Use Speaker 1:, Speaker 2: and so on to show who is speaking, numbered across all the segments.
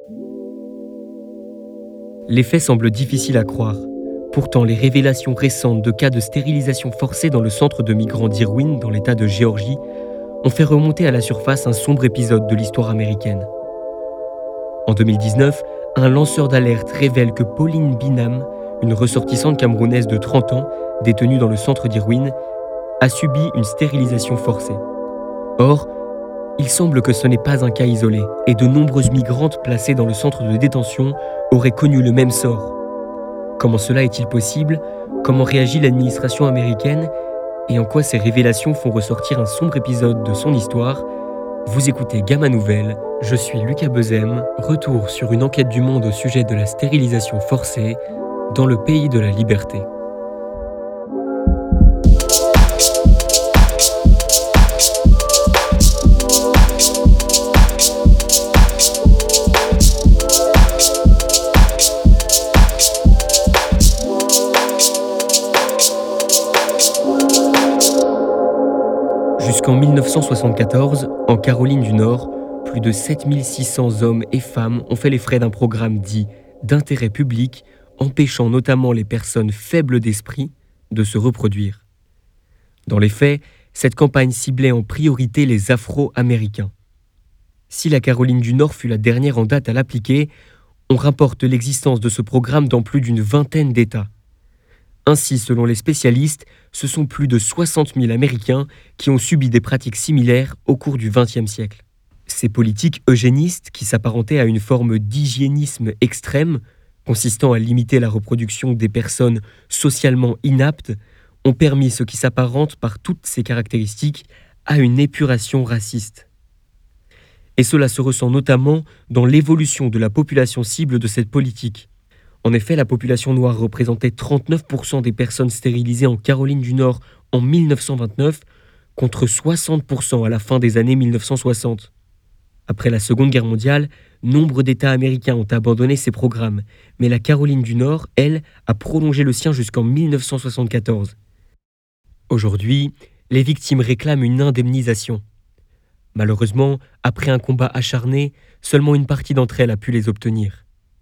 Speaker 1: Les faits semblent difficiles à croire. Pourtant, les révélations récentes de cas de stérilisation forcée dans le centre de migrants d'Irwin, dans l'État de Géorgie, ont fait remonter à la surface un sombre épisode de l'histoire américaine. En 2019, un lanceur d'alerte révèle que Pauline Bingham, une ressortissante camerounaise de 30 ans, détenue dans le centre d'Irwin, a subi une stérilisation forcée. Or, il semble que ce n'est pas un cas isolé, et de nombreuses migrantes placées dans le centre de détention auraient connu le même sort. Comment cela est-il possible? Comment réagit l'administration américaine? Et en quoi ces révélations font ressortir un sombre épisode de son histoire? Vous écoutez Gamma Nouvelle, je suis Lucas Bezem, retour sur une enquête du Monde au sujet de la stérilisation forcée dans le pays de la liberté. Jusqu'en 1974, en Caroline du Nord, plus de 7600 hommes et femmes ont fait les frais d'un programme dit d'intérêt public, empêchant notamment les personnes faibles d'esprit de se reproduire. Dans les faits, cette campagne ciblait en priorité les Afro-Américains. Si la Caroline du Nord fut la dernière en date à l'appliquer, on rapporte l'existence de ce programme dans plus d'une vingtaine d'États. Ainsi, selon les spécialistes, ce sont plus de 60 000 Américains qui ont subi des pratiques similaires au cours du XXe siècle. Ces politiques eugénistes, qui s'apparentaient à une forme d'hygiénisme extrême, consistant à limiter la reproduction des personnes socialement inaptes, ont permis ce qui s'apparente par toutes ces caractéristiques à une épuration raciste. Et cela se ressent notamment dans l'évolution de la population cible de cette politique. En effet, la population noire représentait 39% des personnes stérilisées en Caroline du Nord en 1929, contre 60% à la fin des années 1960. Après la Seconde Guerre mondiale, nombre d'États américains ont abandonné ces programmes, mais la Caroline du Nord, elle, a prolongé le sien jusqu'en 1974. Aujourd'hui, les victimes réclament une indemnisation. Malheureusement, après un combat acharné, seulement une partie d'entre elles a pu les obtenir.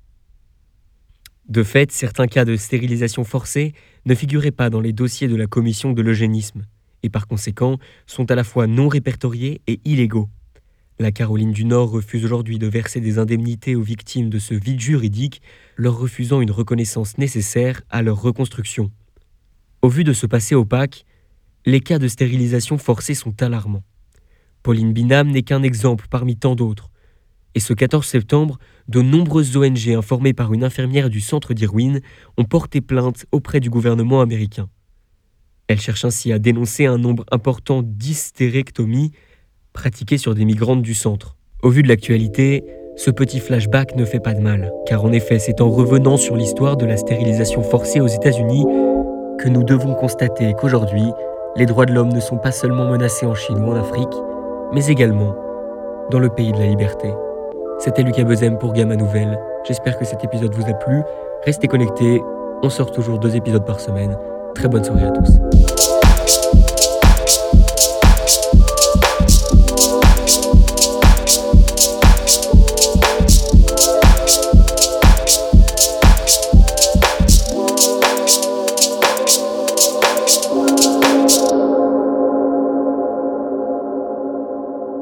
Speaker 1: De fait, certains cas de stérilisation forcée ne figuraient pas dans les dossiers de la commission de l'eugénisme et par conséquent sont à la fois non répertoriés et illégaux. La Caroline du Nord refuse aujourd'hui de verser des indemnités aux victimes de ce vide juridique, leur refusant une reconnaissance nécessaire à leur reconstruction. Au vu de ce passé opaque, les cas de stérilisation forcée sont alarmants. Pauline Bingham n'est qu'un exemple parmi tant d'autres. Et ce 14 septembre, de nombreuses ONG informées par une infirmière du centre d'Irwin ont porté plainte auprès du gouvernement américain. Elles cherchent ainsi à dénoncer un nombre important d'hystérectomies pratiquées sur des migrantes du centre. Au vu de l'actualité, ce petit flashback ne fait pas de mal, car en effet, c'est en revenant sur l'histoire de la stérilisation forcée aux États-Unis que nous devons constater qu'aujourd'hui, les droits de l'homme ne sont pas seulement menacés en Chine ou en Afrique, mais également dans le pays de la liberté. C'était Lucas Bezem pour Gamma Nouvelle. J'espère que cet épisode vous a plu. Restez connectés, on sort toujours 2 épisodes par semaine. Très bonne soirée à tous.